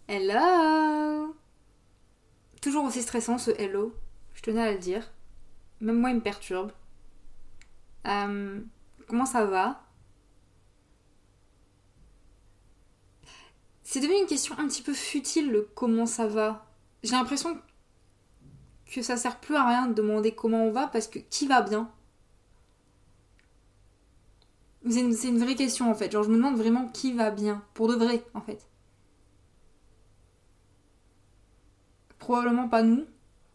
Hello. Toujours aussi stressant ce hello, je tenais à le dire. Même moi il me perturbe. Euh, Comment ça va? C'est devenu une question un petit peu futile le comment ça va. J'ai l'impression que ça sert plus à rien de demander comment on va parce que qui va bien? C'est une vraie question en fait. Genre je me demande vraiment qui va bien. Pour de vrai en fait. Probablement pas nous,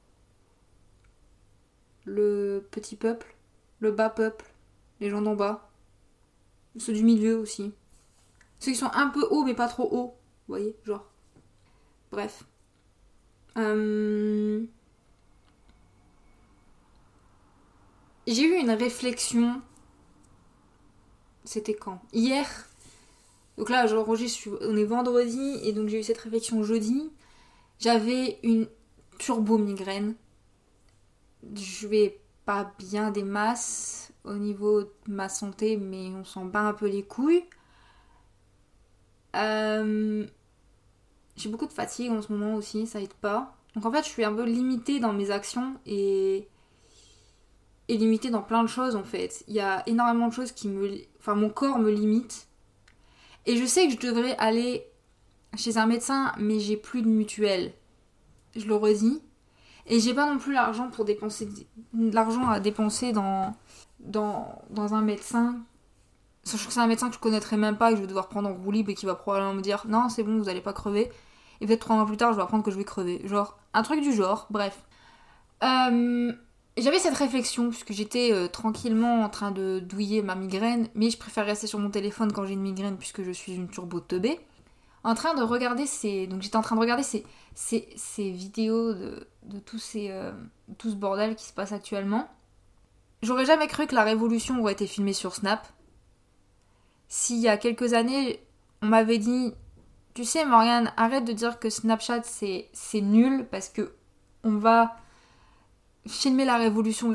le petit peuple, le bas peuple, les gens d'en bas, ceux du milieu aussi. Ceux qui sont un peu hauts mais pas trop hauts. Vous voyez, genre. Bref. Euh, J'ai eu une réflexion. C'était quand? Hier. Donc là, j'enregistre, on est vendredi, et donc j'ai eu cette réflexion jeudi. J'avais une turbo migraine. Je vais pas bien des masses au niveau de ma santé, mais on s'en bat un peu les couilles. Euh, j'ai beaucoup de fatigue en ce moment aussi, ça aide pas. Donc en fait, je suis un peu limitée dans mes actions et limitée dans plein de choses en fait. Il y a énormément de choses qui me... Enfin, mon corps me limite. Et je sais que je devrais aller chez un médecin, mais j'ai plus de mutuelle. Je le redis. Et j'ai pas non plus l'argent pour dépenser... L'argent à dépenser dans un médecin. Sachant que c'est un médecin que je connaîtrais même pas, que je vais devoir prendre en roue libre et qui va probablement me dire non, c'est bon, vous allez pas crever. Et peut-être 3 mois plus tard, je vais apprendre que je vais crever. Genre, un truc du genre, bref. Euh, J'avais cette réflexion, puisque j'étais tranquillement en train de douiller ma migraine, mais je préfère rester sur mon téléphone quand j'ai une migraine, puisque je suis une turbo teubée. En train de regarder ces... Donc j'étais en train de regarder ces vidéos de tout ce bordel qui se passe actuellement. J'aurais jamais cru que la révolution aurait été filmée sur Snap. S'il y a quelques années, on m'avait dit tu sais Morgane, arrête de dire que Snapchat c'est nul parce que on va filmer la révolution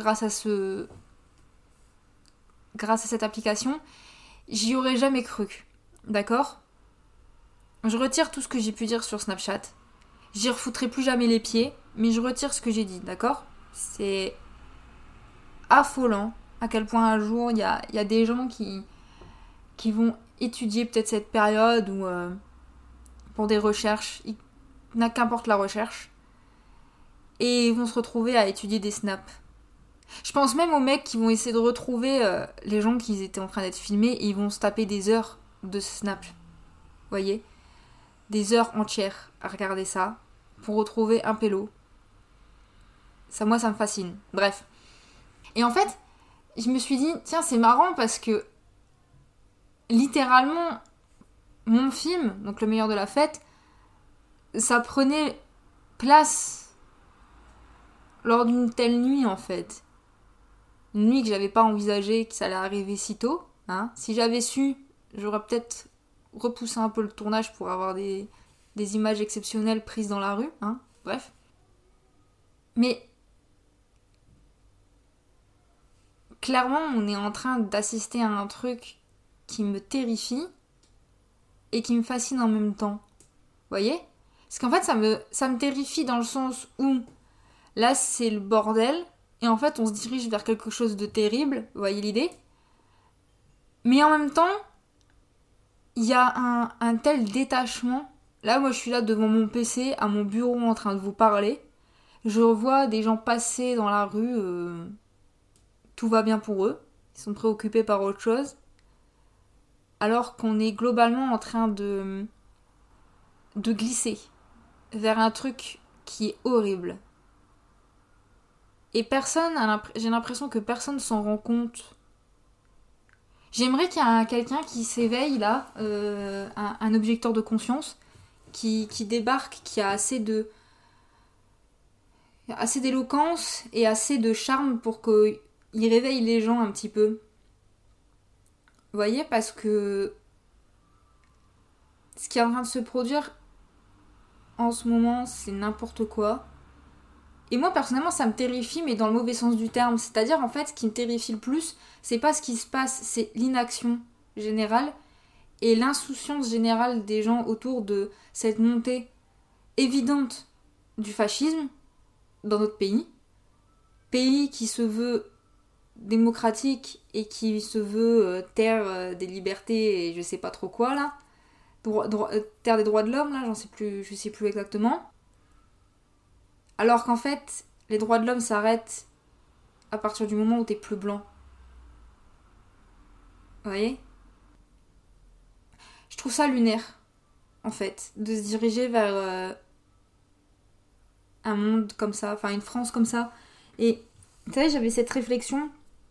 grâce à cette application, j'y aurais jamais cru. D'accord? Je retire tout ce que j'ai pu dire sur Snapchat. J'y refoutrai plus jamais les pieds, mais je retire ce que j'ai dit, d'accord? C'est affolant à quel point un jour il y a des gens qui vont étudier peut-être cette période ou pour des recherches, n'a qu'importe la recherche, et ils vont se retrouver à étudier des snaps. Je pense même aux mecs qui vont essayer de retrouver les gens qui étaient en train d'être filmés et ils vont se taper des heures de snap. Vous voyez? Des heures entières à regarder ça pour retrouver un pélo. Ça, moi, ça me fascine. Bref. Et en fait, je me suis dit, tiens, c'est marrant parce que littéralement, mon film, donc Le meilleur de la fête, ça prenait place lors d'une telle nuit en fait. Une nuit que j'avais pas envisagé que ça allait arriver si tôt. Hein. Si j'avais su, j'aurais peut-être repoussé un peu le tournage pour avoir des images exceptionnelles prises dans la rue. Hein. Bref. Mais clairement, on est en train d'assister à un truc qui me terrifie et qui me fascine en même temps. Vous voyez? Parce qu'en fait, ça me terrifie dans le sens où là, c'est le bordel. Et en fait, on se dirige vers quelque chose de terrible. Vous voyez l'idée? Mais en même temps, il y a un tel détachement. Là, moi, je suis là devant mon PC, à mon bureau, en train de vous parler. Je vois des gens passer dans la rue. Tout va bien pour eux. Ils sont préoccupés par autre chose. Alors qu'on est globalement en train de glisser vers un truc qui est horrible. Et j'ai l'impression que personne s'en rend compte. J'aimerais qu'il y ait quelqu'un qui s'éveille là, un objecteur de conscience, qui débarque, qui a assez d'éloquence et assez de charme pour qu'il réveille les gens un petit peu. Vous voyez, parce que ce qui est en train de se produire en ce moment, c'est n'importe quoi. Et moi, personnellement, ça me terrifie, mais dans le mauvais sens du terme. C'est-à-dire, en fait, ce qui me terrifie le plus, c'est pas ce qui se passe, c'est l'inaction générale et l'insouciance générale des gens autour de cette montée évidente du fascisme dans notre pays qui se veut démocratique et qui se veut terre des libertés et je sais pas trop quoi là, terre des droits de l'homme là, je sais plus exactement. Alors qu'en fait, les droits de l'homme s'arrêtent à partir du moment où t'es plus blanc. Vous voyez ? Je trouve ça lunaire, en fait, de se diriger vers un monde comme ça, enfin une France comme ça. Et vous savez, j'avais cette réflexion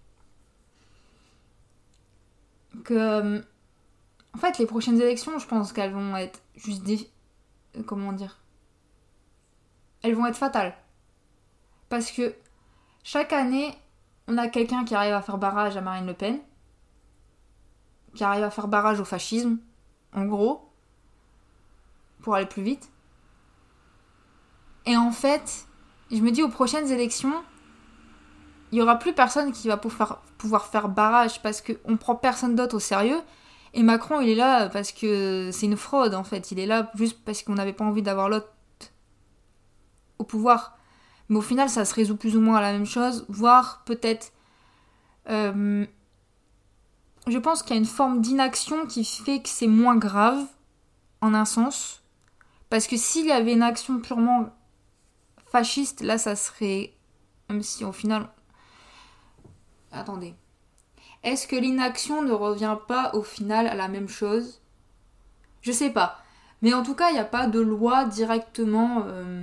que, en fait, les prochaines élections, je pense qu'elles vont être juste comment dire ? Elles vont être fatales. Parce que chaque année, on a quelqu'un qui arrive à faire barrage à Marine Le Pen, qui arrive à faire barrage au fascisme, en gros, pour aller plus vite. Et en fait, je me dis aux prochaines élections, il y aura plus personne qui va pouvoir faire barrage parce qu'on prend personne d'autre au sérieux. Et Macron, il est là parce que c'est une fraude en fait. Il est là juste parce qu'on n'avait pas envie d'avoir l'autre au pouvoir. Mais au final, ça se résout plus ou moins à la même chose, voire peut-être... je pense qu'il y a une forme d'inaction qui fait que c'est moins grave, en un sens. Parce que s'il y avait une action purement fasciste, là, ça serait... Même si au final... Attendez. Est-ce que l'inaction ne revient pas au final à la même chose ? Je sais pas. Mais en tout cas, il n'y a pas de loi directement...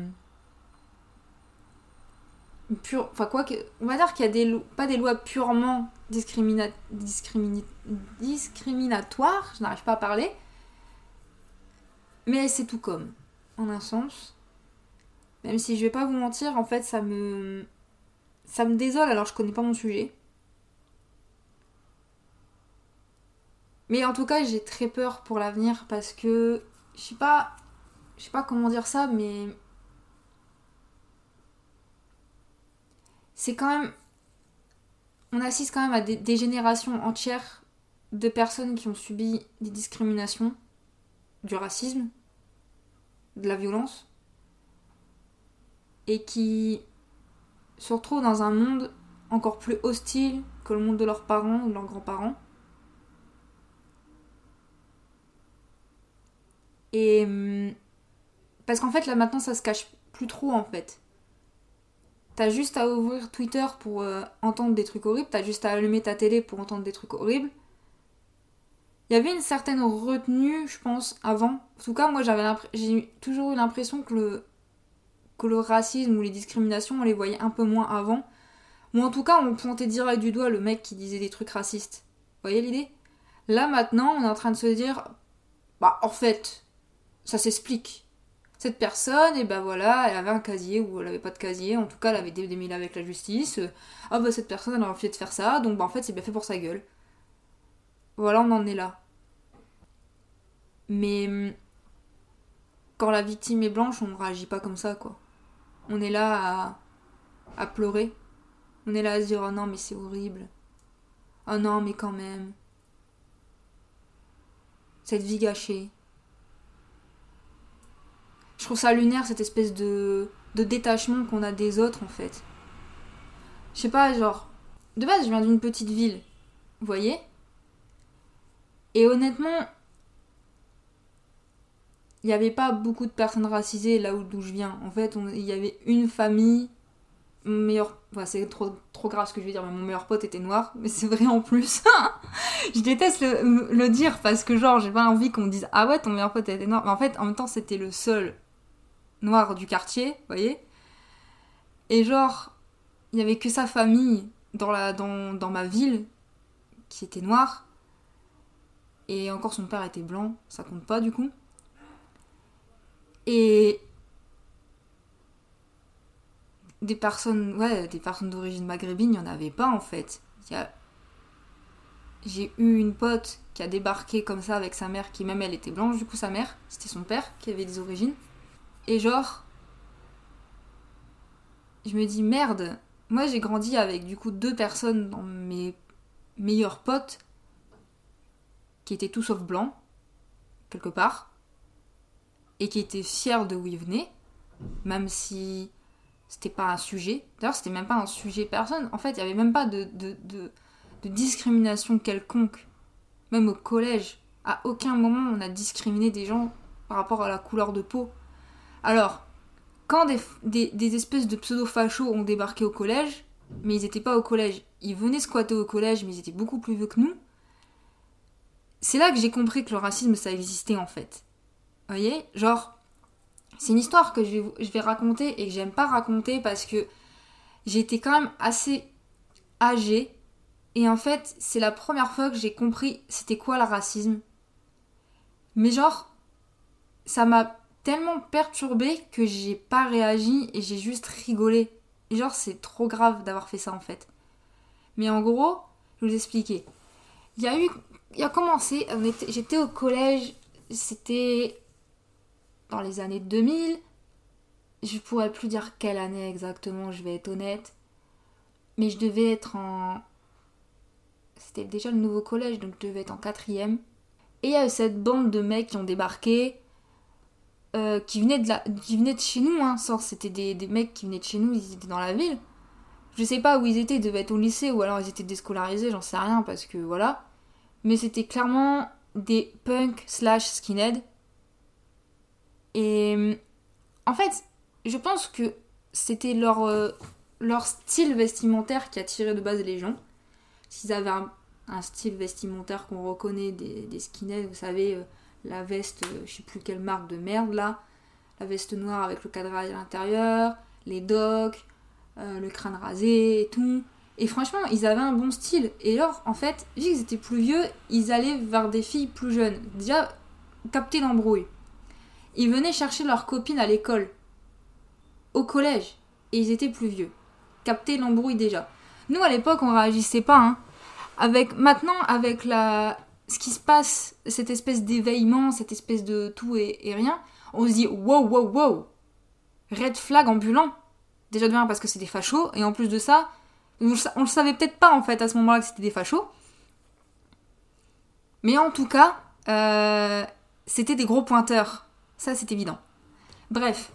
Enfin quoi que... On va dire qu'il y a pas des lois purement discriminatoires, je n'arrive pas à parler, mais c'est tout comme, en un sens. Même si je vais pas vous mentir, en fait ça me désole, alors je connais pas mon sujet. Mais en tout cas j'ai très peur pour l'avenir parce que je sais pas comment dire ça, mais c'est quand même... On assiste quand même à des générations entières de personnes qui ont subi des discriminations, du racisme, de la violence, et qui se retrouvent dans un monde encore plus hostile que le monde de leurs parents ou de leurs grands-parents. Et parce qu'en fait là maintenant ça se cache plus trop en fait. T'as juste à ouvrir Twitter pour entendre des trucs horribles, t'as juste à allumer ta télé pour entendre des trucs horribles. Il y avait une certaine retenue, je pense, avant. En tout cas, moi j'ai toujours eu l'impression que le racisme ou les discriminations, on les voyait un peu moins avant. Ou en tout cas, on pointait direct du doigt le mec qui disait des trucs racistes. Vous voyez l'idée ? Là maintenant, on est en train de se dire, bah en fait, ça s'explique. Cette personne, et ben voilà, elle avait un casier ou elle avait pas de casier, en tout cas elle avait des démêlés avec la justice. Ah bah cette personne elle a refusé de faire ça, donc bah en fait c'est bien fait pour sa gueule. Voilà, on en est là. Mais quand la victime est blanche, on ne réagit pas comme ça quoi. On est là à pleurer. On est là à se dire oh non mais c'est horrible. Oh non mais quand même. Cette vie gâchée. Je trouve ça lunaire cette espèce de détachement qu'on a des autres en fait. Je sais pas, genre... De base, je viens d'une petite ville, vous voyez ? Et honnêtement, il n'y avait pas beaucoup de personnes racisées là d'où je viens. En fait, il y avait une famille, mon meilleur... Enfin, c'est trop grave ce que je vais dire, mais mon meilleur pote était noir, mais c'est vrai en plus. Je déteste le dire parce que genre, j'ai pas envie qu'on me dise « Ah ouais, ton meilleur pote était noir ». Mais en fait, en même temps, c'était le seul noir du quartier, vous voyez ? Et genre, il y avait que sa famille dans ma ville qui était noire. Et encore son père était blanc, ça compte pas du coup. Et des personnes d'origine maghrébine, il n'y en avait pas en fait. J'ai eu une pote qui a débarqué comme ça avec sa mère, qui même elle était blanche, du coup sa mère, c'était son père qui avait des origines. Et genre, je me dis merde, moi j'ai grandi avec du coup 2 personnes dans mes meilleurs potes qui étaient tout sauf blancs, quelque part. et qui étaient fiers de où ils venaient, même si c'était pas un sujet. D'ailleurs, c'était même pas un sujet personne. En fait, il y avait même pas de discrimination quelconque. Même au collège, à aucun moment on a discriminé des gens par rapport à la couleur de peau. Alors, quand des espèces de pseudo-fachos ont débarqué au collège, mais ils étaient pas au collège, ils venaient squatter au collège, mais ils étaient beaucoup plus vieux que nous, c'est là que j'ai compris que le racisme, ça existait en fait. Vous voyez ? Genre, c'est une histoire que je vais raconter et que j'aime pas raconter parce que j'étais quand même assez âgée. Et en fait, c'est la première fois que j'ai compris c'était quoi le racisme. Mais genre, ça m'a tellement perturbée que j'ai pas réagi et j'ai juste rigolé. Et genre, c'est trop grave d'avoir fait ça en fait. Mais en gros, je vais vous expliquer. Il a commencé, j'étais au collège, c'était dans les années 2000. Je pourrais plus dire quelle année exactement, je vais être honnête. Mais je devais être C'était déjà le nouveau collège, donc je devais être en 4e. Et il y a eu cette bande de mecs qui ont débarqué, qui venaient de chez nous, hein. C'était des mecs qui venaient de chez nous, ils étaient dans la ville. Je sais pas où ils étaient, ils devaient être au lycée, ou alors ils étaient déscolarisés, j'en sais rien, parce que voilà. Mais c'était clairement des punks / skinheads. Et en fait, je pense que c'était leur style vestimentaire qui attirait de base les gens. S'ils avaient un style vestimentaire qu'on reconnaît des skinheads, vous savez, la veste, je sais plus quelle marque de merde là, la veste noire avec le cadrage à l'intérieur, les docks, le crâne rasé et tout. Et franchement, ils avaient un bon style. Et alors, en fait, vu qu'ils étaient plus vieux, ils allaient vers des filles plus jeunes. Déjà, capter l'embrouille. Ils venaient chercher leurs copines à l'école, au collège, et ils étaient plus vieux. Capter l'embrouille déjà. Nous, à l'époque, on réagissait pas, hein. Maintenant, avec ce qui se passe, cette espèce d'éveillement, cette espèce de tout et rien, on se dit wow, wow, wow, red flag ambulant. Déjà de rien parce que c'est des fachos, et en plus de ça, on le savait peut-être pas en fait à ce moment-là que c'était des fachos. Mais en tout cas, c'était des gros pointeurs. Ça, c'est évident. Bref.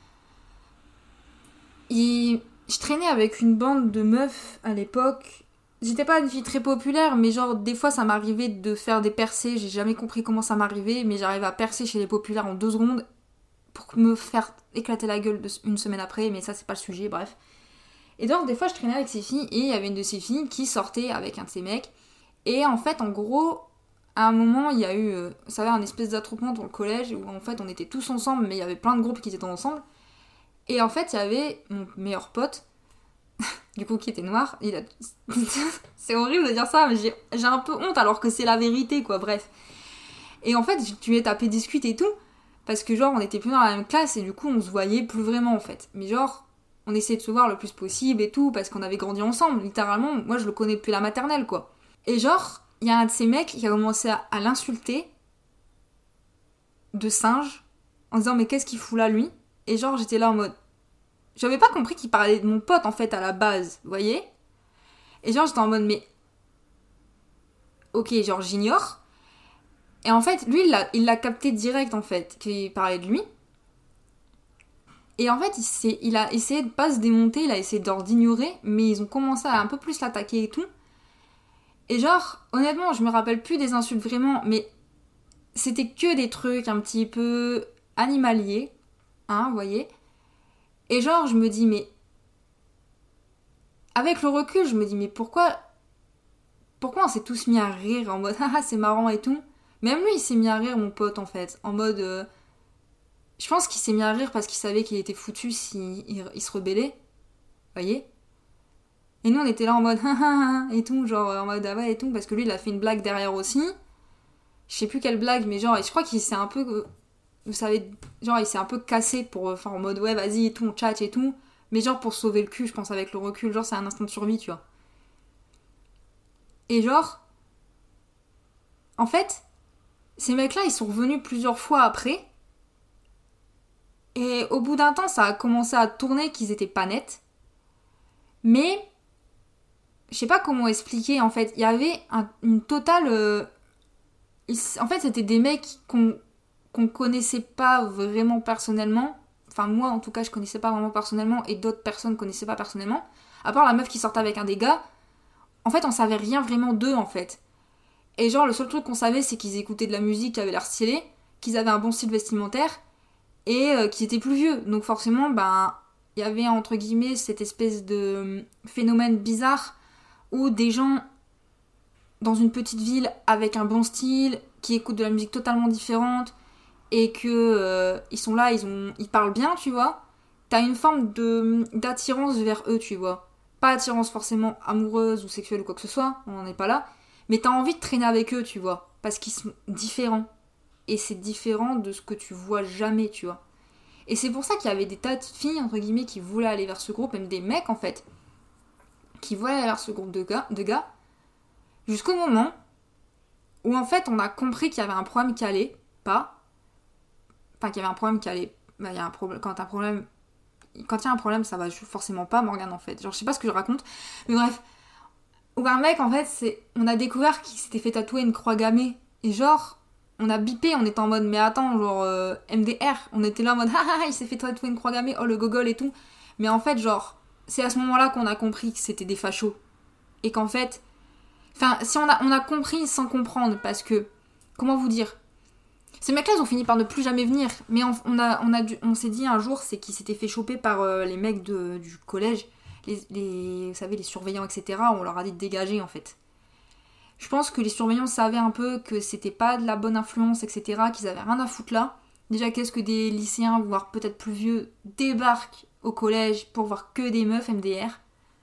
Je traînais avec une bande de meufs à l'époque. J'étais pas une fille très populaire, mais genre des fois ça m'arrivait de faire des percées. J'ai jamais compris comment ça m'arrivait, mais j'arrivais à percer chez les populaires en 2 secondes pour me faire éclater la gueule une semaine après, mais ça c'est pas le sujet, bref. Et donc des fois je traînais avec ces filles et il y avait une de ces filles qui sortait avec un de ces mecs. Et en fait, en gros, à un moment il y a eu, ça avait un espèce d'attroupement dans le collège où en fait on était tous ensemble, mais il y avait plein de groupes qui étaient ensemble. Et en fait, il y avait mon meilleur pote, du coup, qui était noir. C'est horrible de dire ça, mais j'ai un peu honte alors que c'est la vérité, quoi, bref. Et en fait, tu lui ai tapé discute et tout, parce que genre, on était plus dans la même classe et du coup, on se voyait plus vraiment, en fait. Mais genre, on essayait de se voir le plus possible et tout, parce qu'on avait grandi ensemble, littéralement. Moi, je le connais depuis la maternelle, quoi. Et genre, il y a un de ces mecs qui a commencé à l'insulter de singe, en disant, mais qu'est-ce qu'il fout là, lui ? Et genre, j'étais là en mode... J'avais pas compris qu'il parlait de mon pote, en fait, à la base, vous voyez ? Et genre, j'étais en mode, mais... Ok, genre, j'ignore. Et en fait, lui, il l'a capté direct, en fait, qu'il parlait de lui. Et en fait, il a essayé de pas se démonter, il a essayé d'ignorer, mais ils ont commencé à un peu plus l'attaquer et tout. Et genre, honnêtement, je me rappelle plus des insultes vraiment, mais c'était que des trucs un petit peu animaliers, hein, vous voyez ? Et genre, je me dis, mais... Avec le recul, je me dis, mais pourquoi on s'est tous mis à rire en mode, haha, c'est marrant et tout. Même lui, il s'est mis à rire, mon pote, en fait. En mode... Je pense qu'il s'est mis à rire parce qu'il savait qu'il était foutu s'il se rebellait. Vous voyez ? Et nous, on était là en mode, haha, et tout, genre, en mode, ah ouais, et tout, parce que lui, il a fait une blague derrière aussi. Je sais plus quelle blague, mais genre, je crois qu'il s'est un peu... Vous savez, genre, il s'est un peu cassé pour faire en mode, ouais, vas-y, et tout, on tchatche et tout. Mais genre, pour sauver le cul, je pense, avec le recul, genre, c'est un instant de survie, tu vois. Et genre... En fait, ces mecs-là, ils sont revenus plusieurs fois après. Et au bout d'un temps, ça a commencé à tourner qu'ils étaient pas nets. Mais... Je sais pas comment expliquer, en fait. Il y avait une totale... En fait, c'était des mecs qu'on qu'on connaissait pas vraiment personnellement. Enfin, moi, en tout cas, je connaissais pas vraiment personnellement et d'autres personnes connaissaient pas personnellement. À part la meuf qui sortait avec un des gars, en fait, on savait rien vraiment d'eux, en fait. Et genre, le seul truc qu'on savait, c'est qu'ils écoutaient de la musique qui avait l'air stylée, qu'ils avaient un bon style vestimentaire et qu'ils étaient plus vieux. Donc forcément, il y avait entre guillemets cette espèce de phénomène bizarre où des gens dans une petite ville avec un bon style, qui écoutent de la musique totalement différente et que ils sont là, ils parlent bien, tu vois. T'as une forme d'attirance vers eux, tu vois. Pas attirance forcément amoureuse ou sexuelle ou quoi que ce soit, on n'en est pas là. Mais t'as envie de traîner avec eux, tu vois. Parce qu'ils sont différents. Et c'est différent de ce que tu vois jamais, tu vois. Et c'est pour ça qu'il y avait des tas de filles, entre guillemets, qui voulaient aller vers ce groupe, même des mecs, en fait, qui voulaient aller vers ce groupe de gars jusqu'au moment où, en fait, on a compris qu'il y avait un problème qui allait pas. Enfin, qu'il y avait un problème qui allait... il y a un problème... Quand il y a un problème, ça va forcément pas, Morgane, en fait. Genre, je sais pas ce que je raconte, mais bref... Où un mec, en fait, on a découvert qu'il s'était fait tatouer une croix gammée. Et genre, on a bipé, on était en mode, mais attends, genre, MDR. On était là en mode, il s'est fait tatouer une croix gammée, oh le gogol et tout. Mais en fait, genre, c'est à ce moment-là qu'on a compris que c'était des fachos. Et qu'en fait, enfin, si on a compris sans comprendre, parce que, comment vous dire, ces mecs-là, ils ont fini par ne plus jamais venir. Mais on s'est dit un jour, c'est qu'ils s'étaient fait choper par les mecs du collège. Vous savez, les surveillants, etc., on leur a dit de dégager, en fait. Je pense que les surveillants savaient un peu que c'était pas de la bonne influence, etc., qu'ils avaient rien à foutre là. Déjà, qu'est-ce que des lycéens, voire peut-être plus vieux, débarquent au collège pour voir que des meufs MDR.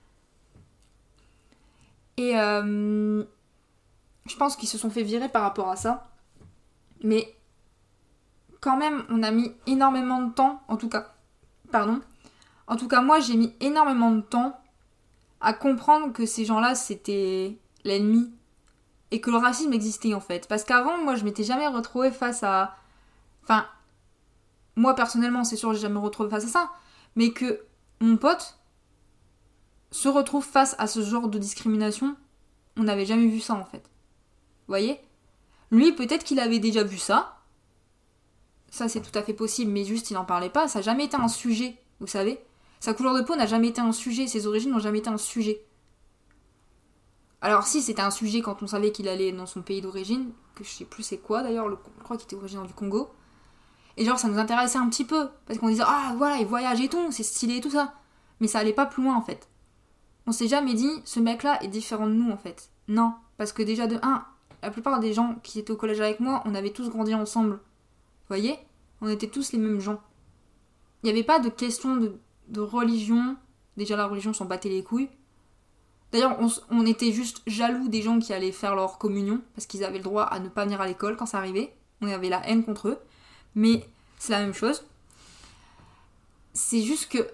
Et je pense qu'ils se sont fait virer par rapport à ça. Mais quand même, on a mis énormément de temps, en tout cas, moi, j'ai mis énormément de temps à comprendre que ces gens-là, c'était l'ennemi. Et que le racisme existait, en fait. Parce qu'avant, moi, je m'étais jamais retrouvée face à... Enfin, moi, personnellement, c'est sûr, j'ai jamais retrouvé face à ça. Mais que mon pote se retrouve face à ce genre de discrimination, on n'avait jamais vu ça, en fait. Vous voyez ? Lui, peut-être qu'il avait déjà vu ça. Ça, c'est tout à fait possible, mais juste, il n'en parlait pas. Ça n'a jamais été un sujet, vous savez ? Sa couleur de peau n'a jamais été un sujet, ses origines n'ont jamais été un sujet. Alors si, c'était un sujet quand on savait qu'il allait dans son pays d'origine, que je sais plus c'est quoi d'ailleurs, je crois qu'il était originaire du Congo. Et genre ça nous intéressait un petit peu, parce qu'on disait « Ah voilà, il voyage et tout, c'est stylé et tout ça ». Mais ça allait pas plus loin en fait. On s'est jamais dit « Ce mec-là est différent de nous en fait ». Non, parce que déjà de 1, la plupart des gens qui étaient au collège avec moi, on avait tous grandi ensemble. Vous voyez ? On était tous les mêmes gens. Il n'y avait pas de question de religion. Déjà la religion s'en battait les couilles. D'ailleurs on était juste jaloux des gens qui allaient faire leur communion parce qu'ils avaient le droit à ne pas venir à l'école quand ça arrivait. On avait la haine contre eux. Mais c'est la même chose. C'est juste que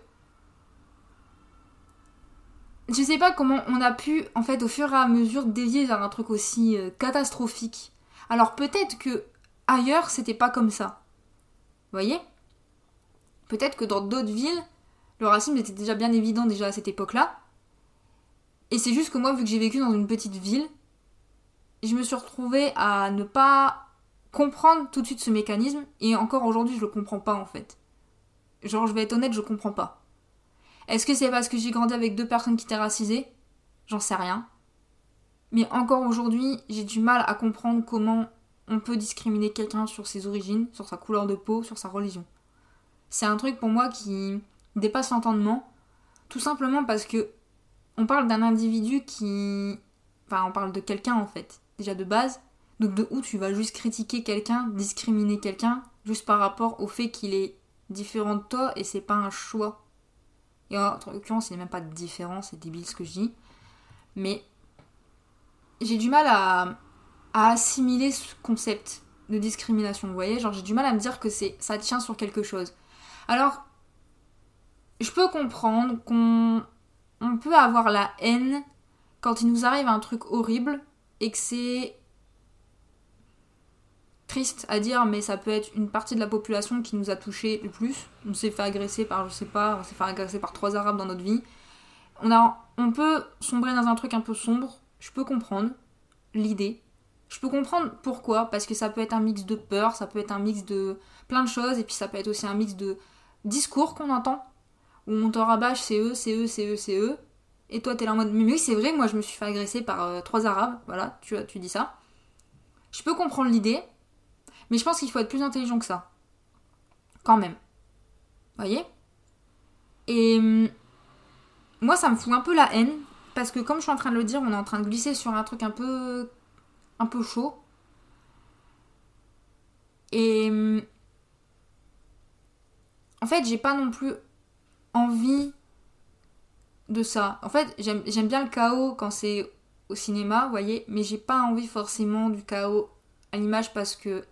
je sais pas comment on a pu en fait au fur et à mesure dévier vers un truc aussi catastrophique. Alors peut-être que ailleurs c'était pas comme ça. Vous voyez ? Peut-être que dans d'autres villes le racisme était déjà bien évident déjà à cette époque-là. Et c'est juste que moi, vu que j'ai vécu dans une petite ville, je me suis retrouvée à ne pas comprendre tout de suite ce mécanisme. Et encore aujourd'hui, je le comprends pas en fait. Genre, je vais être honnête, je comprends pas. Est-ce que c'est parce que j'ai grandi avec 2 personnes qui étaient racisées ? J'en sais rien. Mais encore aujourd'hui, j'ai du mal à comprendre comment on peut discriminer quelqu'un sur ses origines, sur sa couleur de peau, sur sa religion. C'est un truc pour moi qui dépasse l'entendement, tout simplement parce que on parle d'un individu qui... Enfin, on parle de quelqu'un en fait, déjà de base. Donc de où tu vas juste critiquer quelqu'un, discriminer quelqu'un, juste par rapport au fait qu'il est différent de toi et c'est pas un choix. Et en l'occurrence, il n'est même pas différent, c'est débile ce que je dis. Mais j'ai du mal à assimiler ce concept de discrimination, vous voyez ? Genre j'ai du mal à me dire que ça tient sur quelque chose. Alors, je peux comprendre qu'on peut avoir la haine quand il nous arrive un truc horrible et que c'est triste à dire, mais ça peut être une partie de la population qui nous a touchés le plus. On s'est fait agresser par, je sais pas, on s'est fait agresser par 3 Arabes dans notre vie. On peut sombrer dans un truc un peu sombre, je peux comprendre l'idée. Je peux comprendre pourquoi, parce que ça peut être un mix de peur, ça peut être un mix de plein de choses, et puis ça peut être aussi un mix de discours qu'on entend, où on te rabâche c'est eux, c'est eux, c'est eux, c'est eux, et toi t'es là en mode mais oui c'est vrai, moi je me suis fait agresser par 3 arabes, voilà, tu dis ça. Je peux comprendre l'idée, mais je pense qu'il faut être plus intelligent que ça. Quand même. Vous voyez ? Et moi ça me fout un peu la haine, parce que comme je suis en train de le dire, on est en train de glisser sur un truc un peu chaud. Et en fait, j'ai pas non plus envie de ça. En fait, j'aime bien le chaos quand c'est au cinéma, vous voyez, mais j'ai pas envie forcément du chaos à l'image parce que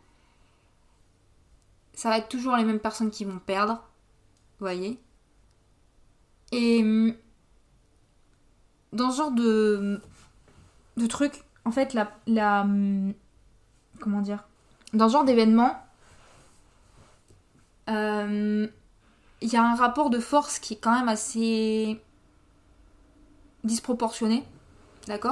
ça va être toujours les mêmes personnes qui vont perdre, vous voyez. Et dans ce genre de truc, en fait, comment dire, dans ce genre d'événement, il y a un rapport de force qui est quand même assez disproportionné, d'accord ?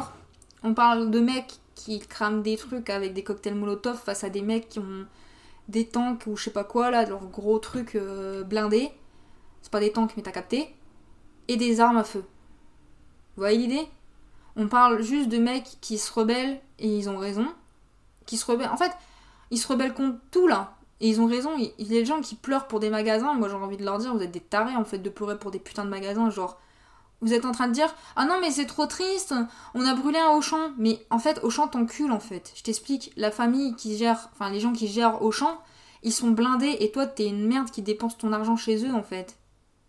On parle de mecs qui crament des trucs avec des cocktails Molotov face à des mecs qui ont des tanks ou je sais pas quoi là, leurs gros trucs blindés. C'est pas des tanks mais t'as capté. Et des armes à feu. Vous voyez l'idée ? On parle juste de mecs qui se rebellent et ils ont raison. Qui se rebellent. En fait, ils se rebellent contre tout là. Et ils ont raison. Il y a des gens qui pleurent pour des magasins. Moi j'ai envie de leur dire, vous êtes des tarés en fait de pleurer pour des putains de magasins. Genre, vous êtes en train de dire ah non mais c'est trop triste, on a brûlé un Auchan. Mais en fait Auchan t'encule en fait. Je t'explique, la famille qui gère, enfin les gens qui gèrent Auchan, ils sont blindés et toi t'es une merde qui dépense ton argent chez eux en fait.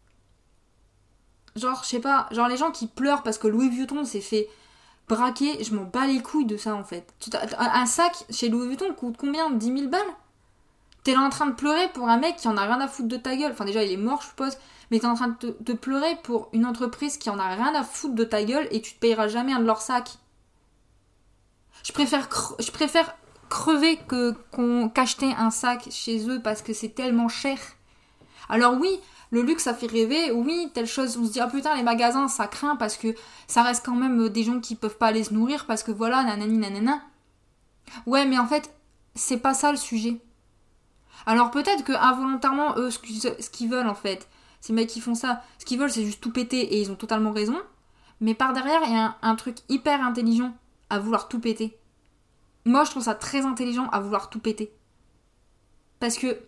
Genre je sais pas, genre les gens qui pleurent parce que Louis Vuitton s'est fait braquer, je m'en bats les couilles de ça en fait. Un sac chez Louis Vuitton coûte combien ? 10 000 balles ? T'es là en train de pleurer pour un mec qui en a rien à foutre de ta gueule. Enfin déjà il est mort je suppose. Mais t'es en train de pleurer pour une entreprise qui en a rien à foutre de ta gueule et tu te payeras jamais un de leurs sacs. Je préfère crever qu'acheter un sac chez eux parce que c'est tellement cher. Alors oui, le luxe ça fait rêver, oui, telle chose, on se dit ah putain les magasins ça craint parce que ça reste quand même des gens qui peuvent pas aller se nourrir parce que voilà, nanani nanana. Ouais mais en fait, c'est pas ça le sujet. Alors peut-être que involontairement eux, ce qu'ils veulent en fait, ces mecs qui font ça, ce qu'ils veulent c'est juste tout péter et ils ont totalement raison. Mais par derrière, il y a un truc hyper intelligent à vouloir tout péter. Moi, je trouve ça très intelligent à vouloir tout péter. Parce que...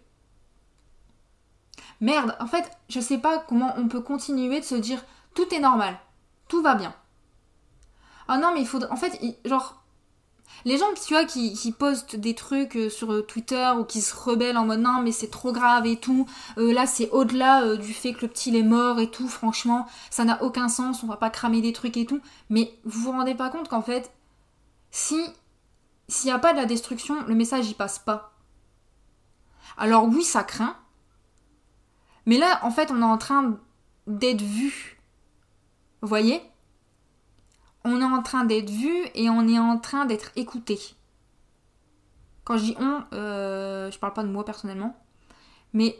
Merde, en fait, je sais pas comment on peut continuer de se dire tout est normal, tout va bien. Ah non, mais il faudrait... En fait, genre... Les gens tu vois, qui postent des trucs sur Twitter ou qui se rebellent en mode non mais c'est trop grave et tout, là c'est au-delà du fait que le petit il est mort et tout, franchement ça n'a aucun sens, on va pas cramer des trucs et tout, mais vous vous rendez pas compte qu'en fait s'il y a pas de la destruction, le message il passe pas. Alors oui ça craint, mais là en fait on est en train d'être vu, vous voyez ? On est en train d'être vu et on est en train d'être écouté. Quand je dis on, je parle pas de moi personnellement. Mais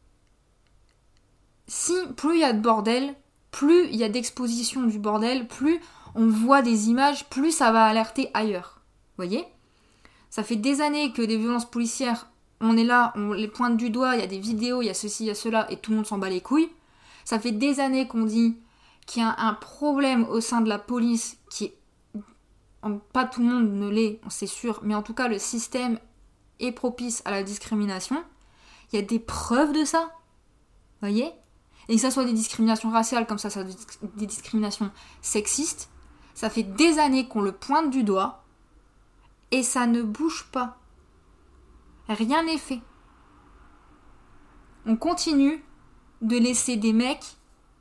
si plus il y a de bordel, plus il y a d'exposition du bordel, plus on voit des images, plus ça va alerter ailleurs. Vous voyez ? Ça fait des années que des violences policières, on est là, on les pointe du doigt, il y a des vidéos, il y a ceci, il y a cela, et tout le monde s'en bat les couilles. Ça fait des années qu'on dit qu'il y a un problème au sein de la police qui est... Pas tout le monde ne l'est, c'est sûr, mais en tout cas le système est propice à la discrimination. Il y a des preuves de ça, vous voyez ? Et que ça soit des discriminations raciales comme ça soit des discriminations sexistes, ça fait des années qu'on le pointe du doigt et ça ne bouge pas. Rien n'est fait. On continue de laisser des mecs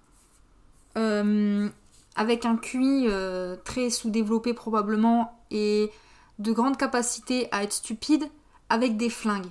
avec un QI très sous-développé probablement et de grandes capacités à être stupides avec des flingues.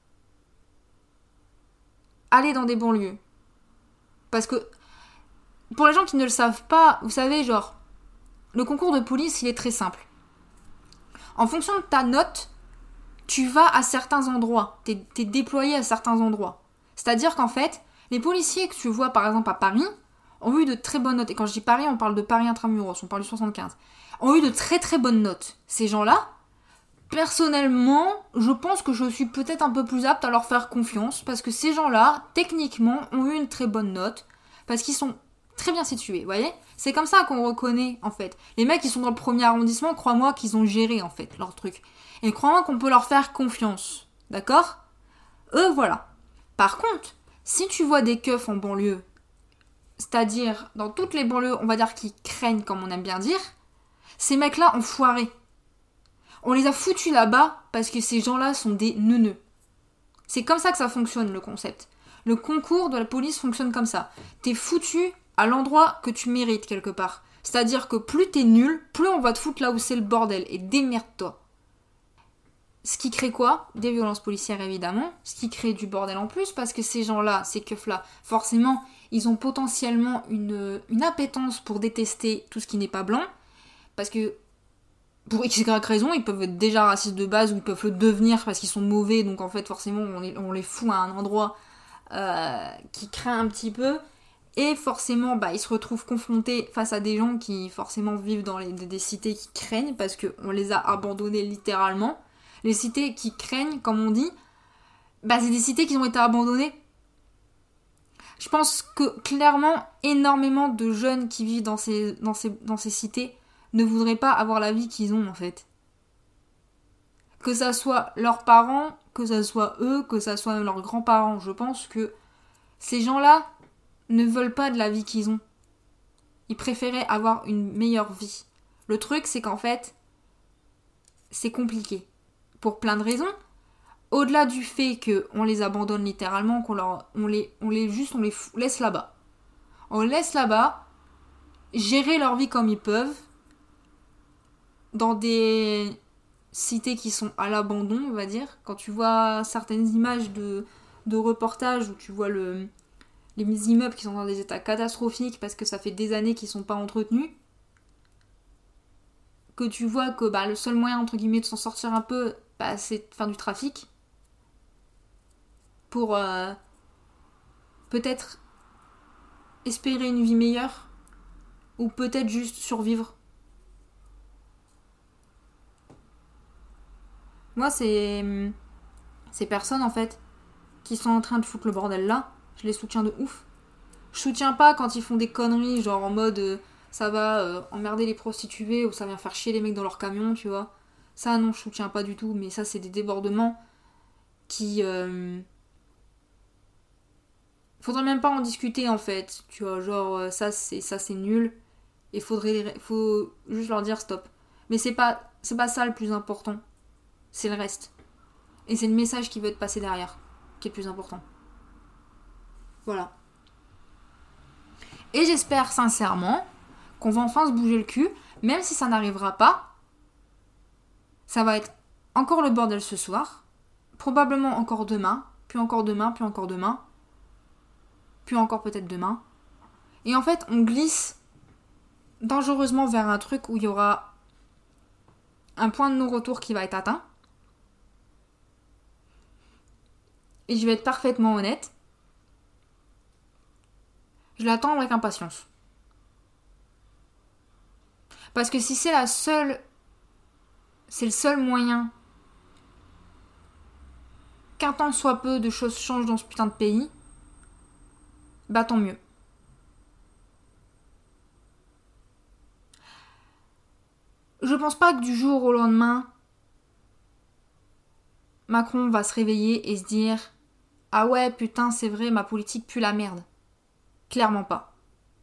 Allez dans des banlieues. Parce que pour les gens qui ne le savent pas, vous savez, genre, le concours de police, il est très simple. En fonction de ta note, tu vas à certains endroits. T'es déployé à certains endroits. C'est-à-dire qu'en fait, les policiers que tu vois par exemple à Paris ont eu de très bonnes notes. Et quand je dis Paris, on parle de Paris intramuros, on parle du 75. Ont eu de très très bonnes notes. Ces gens-là, Personnellement, je pense que je suis peut-être un peu plus apte à leur faire confiance parce que ces gens-là, techniquement, ont eu une très bonne note parce qu'ils sont très bien situés, vous voyez. C'est comme ça qu'on reconnaît, en fait. Les mecs qui sont dans le premier arrondissement, crois-moi qu'ils ont géré, en fait, leur truc. Et crois-moi qu'on peut leur faire confiance, d'accord ? Eux, voilà. Par contre, si tu vois des keufs en banlieue, c'est-à-dire dans toutes les banlieues, on va dire qui craignent, comme on aime bien dire, ces mecs-là ont foiré. On les a foutus là-bas parce que ces gens-là sont des neuneux. C'est comme ça que ça fonctionne, le concept. Le concours de la police fonctionne comme ça. T'es foutu à l'endroit que tu mérites, quelque part. C'est-à-dire que plus t'es nul, plus on va te foutre là où c'est le bordel. Et démerde-toi. Ce qui crée quoi ? Des violences policières, évidemment. Ce qui crée du bordel en plus, parce que ces gens-là, ces keufs-là, forcément, ils ont potentiellement une appétence pour détester tout ce qui n'est pas blanc. Parce que pour x, y raison, ils peuvent être déjà racistes de base ou ils peuvent le devenir parce qu'ils sont mauvais, donc en fait forcément on les fout à un endroit qui craint un petit peu, et forcément ils se retrouvent confrontés face à des gens qui forcément vivent dans des cités qui craignent parce qu'on les a abandonnés littéralement. Les cités qui craignent, comme on dit, c'est des cités qui ont été abandonnées. Je pense que clairement énormément de jeunes qui vivent dans ces cités ne voudraient pas avoir la vie qu'ils ont en fait. Que ça soit leurs parents, que ça soit eux, que ça soit leurs grands-parents. Je pense que ces gens-là ne veulent pas de la vie qu'ils ont. Ils préféraient avoir une meilleure vie. Le truc, c'est qu'en fait, c'est compliqué. Pour plein de raisons. Au-delà du fait qu'on les abandonne littéralement, on les laisse là-bas. On les laisse là-bas, gérer leur vie comme ils peuvent, dans des cités qui sont à l'abandon, on va dire. Quand tu vois certaines images de reportages où tu vois les immeubles qui sont dans des états catastrophiques parce que ça fait des années qu'ils sont pas entretenus, que tu vois que le seul moyen entre guillemets de s'en sortir un peu, c'est de faire du trafic pour peut-être espérer une vie meilleure ou peut-être juste survivre. Moi, ces personnes, en fait, qui sont en train de foutre le bordel là, je les soutiens de ouf. Je soutiens pas quand ils font des conneries, genre en mode ça va emmerder les prostituées ou ça vient faire chier les mecs dans leur camion, tu vois. Ça, non, je soutiens pas du tout, mais ça, c'est des débordements qui... Faudrait même pas en discuter, en fait, tu vois, genre ça, c'est nul, et faut juste leur dire stop. Mais c'est pas ça le plus important. C'est le reste. Et c'est le message qui veut être passé derrière qui est le plus important. Voilà. Et j'espère sincèrement qu'on va enfin se bouger le cul, même si ça n'arrivera pas. Ça va être encore le bordel ce soir, probablement encore demain, puis encore demain, puis encore demain, puis encore peut-être demain. Et en fait, on glisse dangereusement vers un truc où il y aura un point de non-retour qui va être atteint. Et je vais être parfaitement honnête, je l'attends avec impatience. Parce que si c'est le seul moyen qu'un tant soit peu de choses changent dans ce putain de pays, tant mieux. Je pense pas que du jour au lendemain, Macron va se réveiller et se dire « Ah ouais, putain, c'est vrai, ma politique pue la merde. » Clairement pas.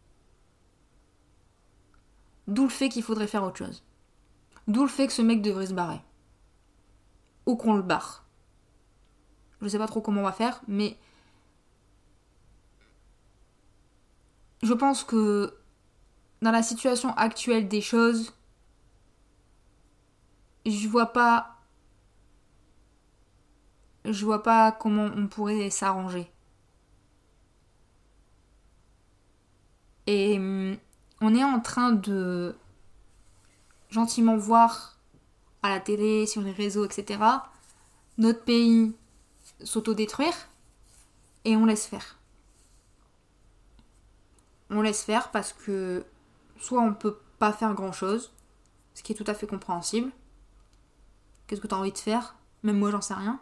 D'où le fait qu'il faudrait faire autre chose. D'où le fait que ce mec devrait se barrer. Ou qu'on le barre. Je sais pas trop comment on va faire, mais je pense que dans la situation actuelle des choses, je vois pas comment on pourrait s'arranger. Et on est en train de gentiment voir à la télé, sur les réseaux, etc., notre pays s'autodétruire et on laisse faire. On laisse faire parce que soit on peut pas faire grand chose, ce qui est tout à fait compréhensible, Qu'est-ce que t'as envie de faire? Même moi, j'en sais rien.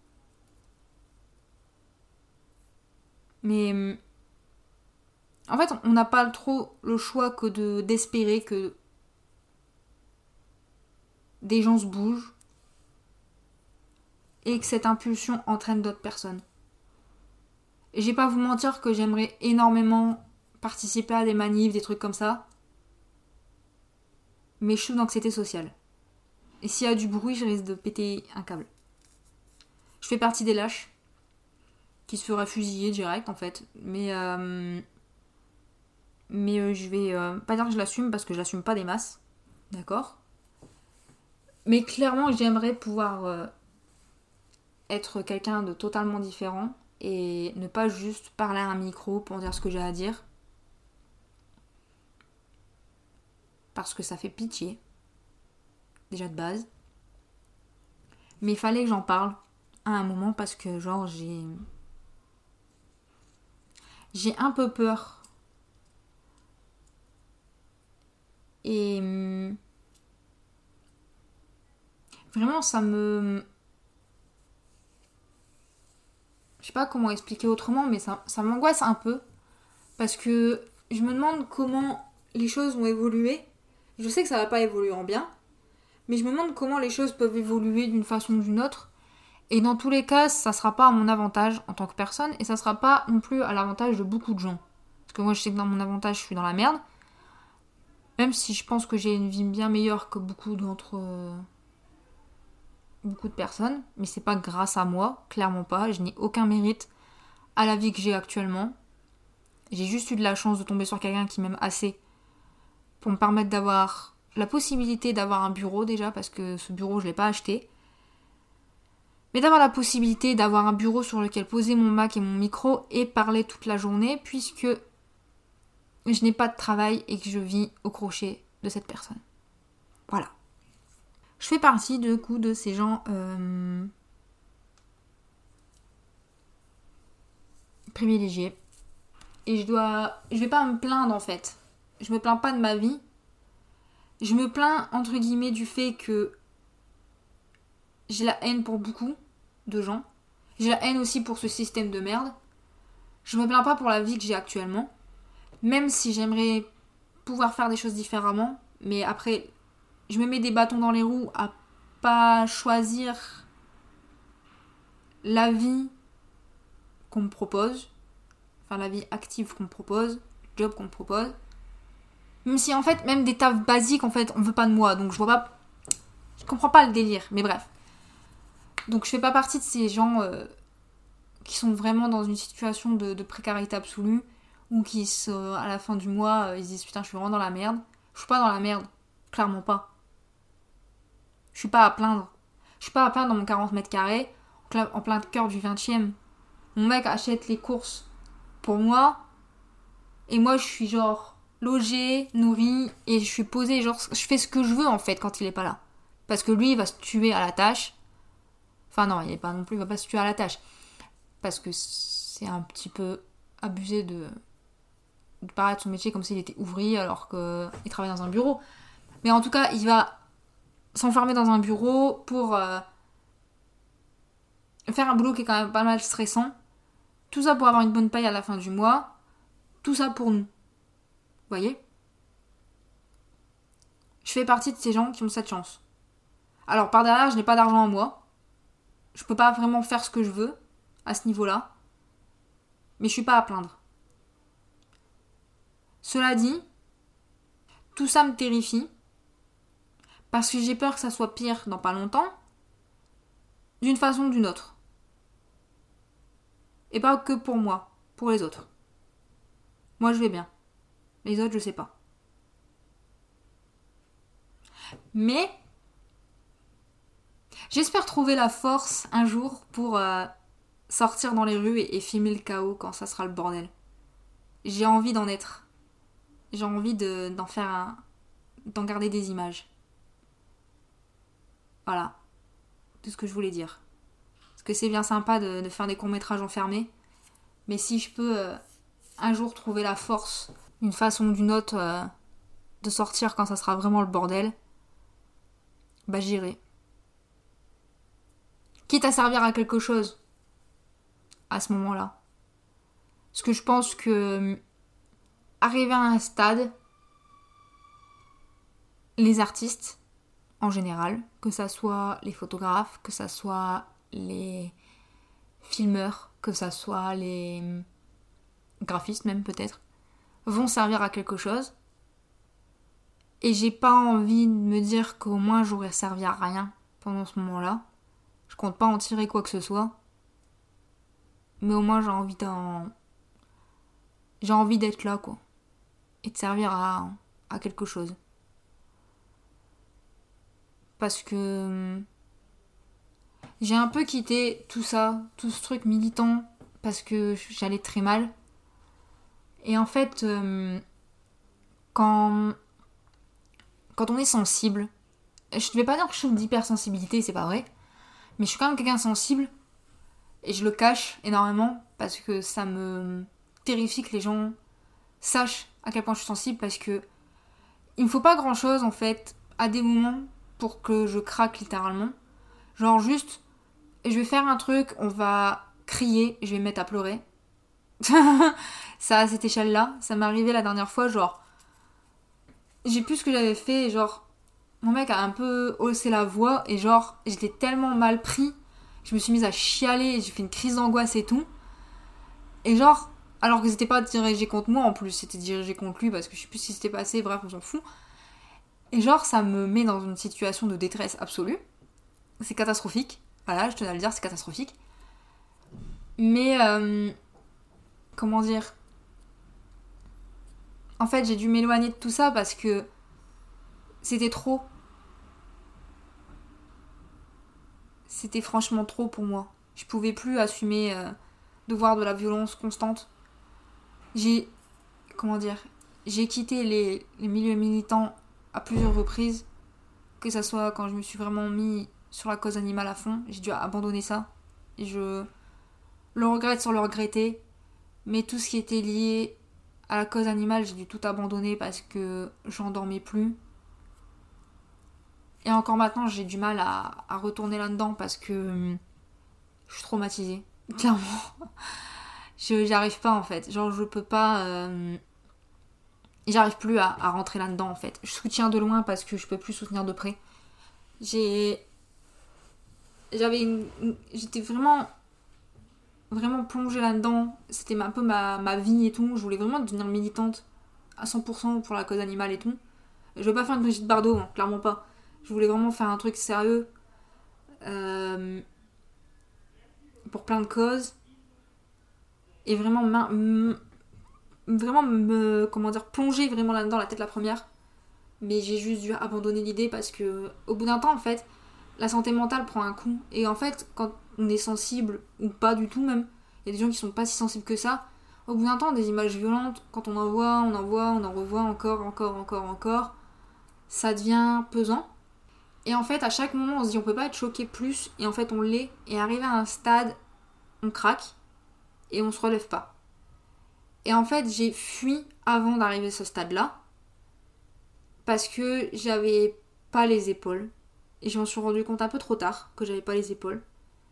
Mais en fait, on n'a pas trop le choix que d'espérer que des gens se bougent et que cette impulsion entraîne d'autres personnes. Et je vais pas vous mentir que j'aimerais énormément participer à des manifs, des trucs comme ça. Mais je suis d'anxiété sociale. Et s'il y a du bruit, je risque de péter un câble. Je fais partie des lâches qui se feraient fusiller direct en fait. Mais je vais pas dire que je l'assume parce que je l'assume pas des masses. D'accord? Mais clairement, j'aimerais pouvoir être quelqu'un de totalement différent et ne pas juste parler à un micro pour dire ce que j'ai à dire. Parce que ça fait pitié. Déjà de base. Mais il fallait que j'en parle à un moment parce que genre j'ai un peu peur. Et vraiment ça me... Je sais pas comment expliquer autrement, mais ça m'angoisse un peu. Parce que je me demande comment les choses vont évoluer. Je sais que ça va pas évoluer en bien. Mais je me demande comment les choses peuvent évoluer d'une façon ou d'une autre. Et dans tous les cas, ça sera pas à mon avantage en tant que personne. Et ça sera pas non plus à l'avantage de beaucoup de gens. Parce que moi, je sais que dans mon avantage, je suis dans la merde. Même si je pense que j'ai une vie bien meilleure que beaucoup de personnes. Mais c'est pas grâce à moi, clairement pas. Je n'ai aucun mérite à la vie que j'ai actuellement. J'ai juste eu de la chance de tomber sur quelqu'un qui m'aime assez pour me permettre d'avoir la possibilité d'avoir un bureau déjà, parce que ce bureau, je l'ai pas acheté. Mais d'avoir la possibilité d'avoir un bureau sur lequel poser mon Mac et mon micro et parler toute la journée, puisque je n'ai pas de travail et que je vis au crochet de cette personne. Voilà. Je fais partie du coup de ces gens privilégiés. Et je vais pas me plaindre en fait. Je me plains pas de ma vie. Je me plains entre guillemets du fait que j'ai la haine pour beaucoup de gens. J'ai la haine aussi pour ce système de merde. Je me plains pas pour la vie que j'ai actuellement. Même si j'aimerais pouvoir faire des choses différemment. Mais après, je me mets des bâtons dans les roues à pas choisir la vie qu'on me propose. Enfin, la vie active qu'on me propose. Le job qu'on me propose. Même si en fait, même des tafs basiques, en fait, on veut pas de moi. Donc je vois pas... Je comprends pas le délire. Mais bref. Donc je fais pas partie de ces gens qui sont vraiment dans une situation de précarité absolue. Ou qui, à la fin du mois, ils se disent putain, je suis vraiment dans la merde. Je suis pas dans la merde. Clairement pas. Je suis pas à plaindre. Je suis pas à plaindre dans mon 40 mètres carrés, en plein cœur du 20e. Mon mec achète les courses pour moi. Et moi, je suis genre logée, nourrie, et je suis posée. Genre, je fais ce que je veux en fait quand il est pas là. Parce que lui, il va se tuer à la tâche. Enfin, non, il est pas non plus, il va pas se tuer à la tâche. Parce que c'est un petit peu abusé de parler de son métier comme s'il était ouvrier alors qu'il travaille dans un bureau. Mais en tout cas, il va s'enfermer dans un bureau pour faire un boulot qui est quand même pas mal stressant. Tout ça pour avoir une bonne paye à la fin du mois. Tout ça pour nous. Vous voyez? Je fais partie de ces gens qui ont cette chance. Alors par derrière, je n'ai pas d'argent à moi. Je peux pas vraiment faire ce que je veux à ce niveau-là. Mais je suis pas à plaindre. Cela dit, tout ça me terrifie. Parce que j'ai peur que ça soit pire dans pas longtemps. D'une façon ou d'une autre. Et pas que pour moi, pour les autres. Moi je vais bien. Les autres je sais pas. Mais j'espère trouver la force un jour pour sortir dans les rues et filmer le chaos quand ça sera le bordel. J'ai envie d'en être. J'ai envie d'en faire d'en garder des images. Voilà. Tout ce que je voulais dire. Parce que c'est bien sympa de faire des courts-métrages enfermés. Mais si je peux un jour trouver la force, d'une façon ou d'une autre, de sortir quand ça sera vraiment le bordel, bah j'irai. quitte à servir à quelque chose à ce moment-là. Parce que je pense que arriver à un stade, les artistes en général, que ça soit les photographes, que ça soit les filmeurs, que ça soit les graphistes même peut-être, vont servir à quelque chose. Et j'ai pas envie de me dire qu'au moins j'aurais servi à rien pendant ce moment-là. Je compte pas en tirer quoi que ce soit. Mais au moins j'ai envie d'être là, quoi. Et de servir à quelque chose. Parce que j'ai un peu quitté tout ça, tout ce truc militant, parce que j'allais très mal. Et en fait, quand on est sensible, je ne vais pas dire que je suis d'hypersensibilité, c'est pas vrai, mais je suis quand même quelqu'un sensible, et je le cache énormément, parce que ça me terrifie que les gens sachent à quel point je suis sensible, parce que il me faut pas grand chose en fait, à des moments, pour que je craque littéralement. Genre juste, je vais faire un truc, on va crier, je vais me mettre à pleurer. Ça, à cette échelle-là, ça m'est arrivé la dernière fois, genre, j'ai plus ce que j'avais fait, et genre, mon mec a un peu haussé la voix, et genre, j'étais tellement mal pris, je me suis mise à chialer, j'ai fait une crise d'angoisse et tout. Et genre, alors que c'était pas dirigé contre moi en plus, c'était dirigé contre lui, parce que je sais plus ce qui s'était passé, bref, on s'en fout. Et genre, ça me met dans une situation de détresse absolue. C'est catastrophique. Voilà, je tenais à le dire, c'est catastrophique. Mais, comment dire ? En fait, j'ai dû m'éloigner de tout ça parce que c'était trop. C'était franchement trop pour moi. Je pouvais plus assumer de voir de la violence constante. J'ai, comment dire ? J'ai quitté les milieux militants à plusieurs reprises. Que ça soit quand je me suis vraiment mis sur la cause animale à fond, j'ai dû abandonner ça. Et je le regrette sans le regretter. Mais tout ce qui était lié à la cause animale, j'ai dû tout abandonner parce que j'en dormais plus. Et encore maintenant, j'ai du mal à retourner là-dedans parce que je suis traumatisée. Clairement. J'y arrive pas en fait. Genre, je peux pas. J'arrive plus à rentrer là-dedans en fait. Je soutiens de loin parce que je peux plus soutenir de près. J'étais vraiment plongée là-dedans. C'était un peu ma vie et tout. Je voulais vraiment devenir militante à 100% pour la cause animale et tout. Je veux pas faire une Brigitte Bardot, hein, clairement pas. Je voulais vraiment faire un truc sérieux pour plein de causes et vraiment plonger vraiment là-dedans la tête la première. Mais j'ai juste dû abandonner l'idée parce que au bout d'un temps en fait la santé mentale prend un coup. Et en fait, quand on est sensible, ou pas du tout même, il y a des gens qui sont pas si sensibles que ça, au bout d'un temps, des images violentes, quand on en voit, on en revoit encore, ça devient pesant. Et en fait, à chaque moment, on se dit on peut pas être choqué plus, et en fait, on l'est. Et arrivé à un stade, on craque, et on se relève pas. Et en fait, j'ai fui avant d'arriver à ce stade-là, parce que j'avais pas les épaules. Et je m'en suis rendu compte un peu trop tard que j'avais pas les épaules.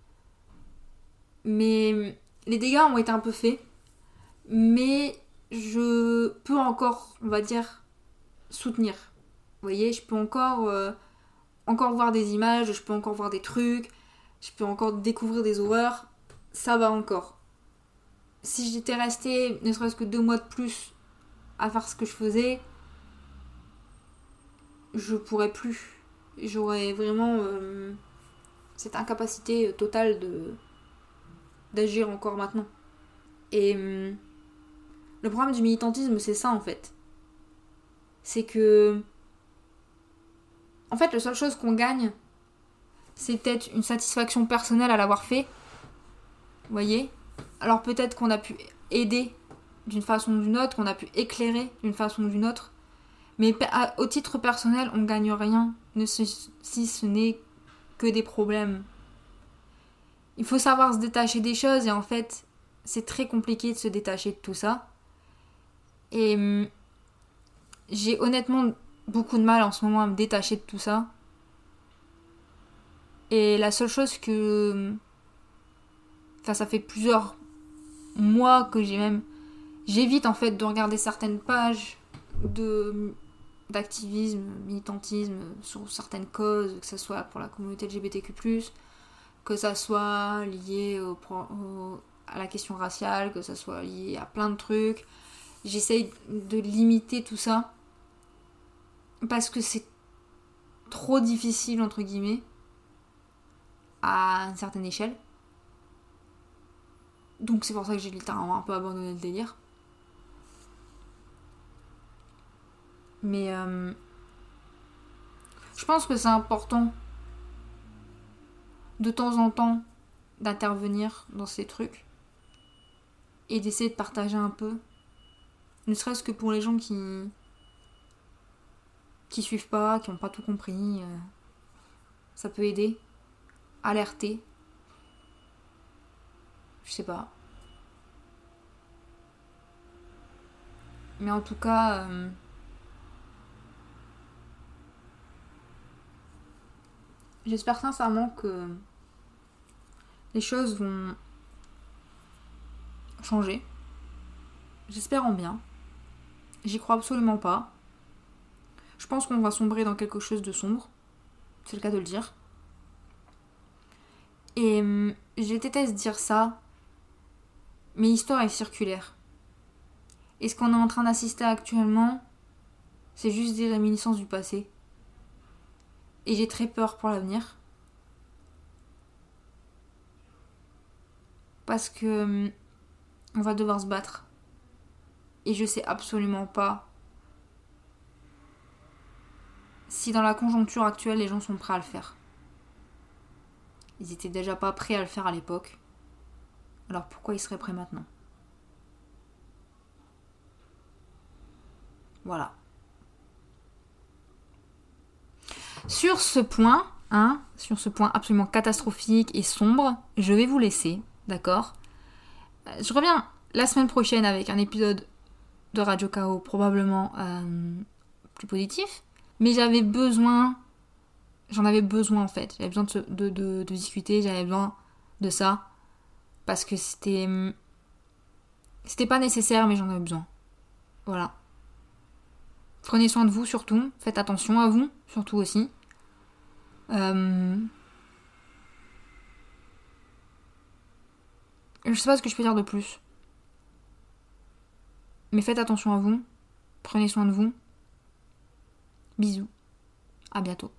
Mais les dégâts ont été un peu faits. Mais je peux encore, on va dire, soutenir. Vous voyez, je peux encore voir des images, je peux encore voir des trucs, je peux encore découvrir des horreurs. Ça va encore. Si j'étais restée ne serait-ce que 2 mois de plus à faire ce que je faisais, je pourrais plus. J'aurais vraiment cette incapacité totale d'agir encore maintenant. Et le problème du militantisme, c'est ça en fait. C'est que en fait, la seule chose qu'on gagne, c'est peut-être une satisfaction personnelle à l'avoir fait. Vous voyez ? Alors peut-être qu'on a pu aider d'une façon ou d'une autre, qu'on a pu éclairer d'une façon ou d'une autre. Mais au titre personnel, on ne gagne rien, si ce n'est que des problèmes. Il faut savoir se détacher des choses et en fait, c'est très compliqué de se détacher de tout ça. Et j'ai honnêtement beaucoup de mal en ce moment à me détacher de tout ça. Et la seule chose que... Enfin, ça fait plusieurs mois que j'évite en fait de regarder certaines pages d'activisme, militantisme sur certaines causes, que ce soit pour la communauté LGBTQ+, que ça soit lié à la question raciale, que ça soit lié à plein de trucs. J'essaye de limiter tout ça parce que c'est trop difficile, entre guillemets, à une certaine échelle. Donc c'est pour ça que j'ai littéralement un peu abandonné le délire. Mais je pense que c'est important de temps en temps d'intervenir dans ces trucs et d'essayer de partager un peu, ne serait-ce que pour les gens qui suivent pas, qui n'ont pas tout compris. Ça peut aider, alerter, je sais pas. Mais en tout cas, j'espère sincèrement que les choses vont changer. J'espère en bien. J'y crois absolument pas. Je pense qu'on va sombrer dans quelque chose de sombre. C'est le cas de le dire. Et je déteste dire ça, mais l'histoire est circulaire. Et ce qu'on est en train d'assister actuellement, c'est juste des réminiscences du passé. Et j'ai très peur pour l'avenir. Parce que on va devoir se battre. Et je sais absolument pas si dans la conjoncture actuelle les gens sont prêts à le faire. Ils étaient déjà pas prêts à le faire à l'époque. Alors pourquoi ils seraient prêts maintenant ? Voilà. Sur ce point absolument catastrophique et sombre, je vais vous laisser, d'accord ? Je reviens la semaine prochaine avec un épisode de Radio Chaos probablement plus positif, mais j'en avais besoin en fait. J'avais besoin de discuter, j'avais besoin de ça, parce que c'était pas nécessaire, mais j'en avais besoin. Voilà. Prenez soin de vous surtout, faites attention à vous, surtout aussi. Je sais pas ce que je peux dire de plus. Mais faites attention à vous, prenez soin de vous. Bisous, à bientôt.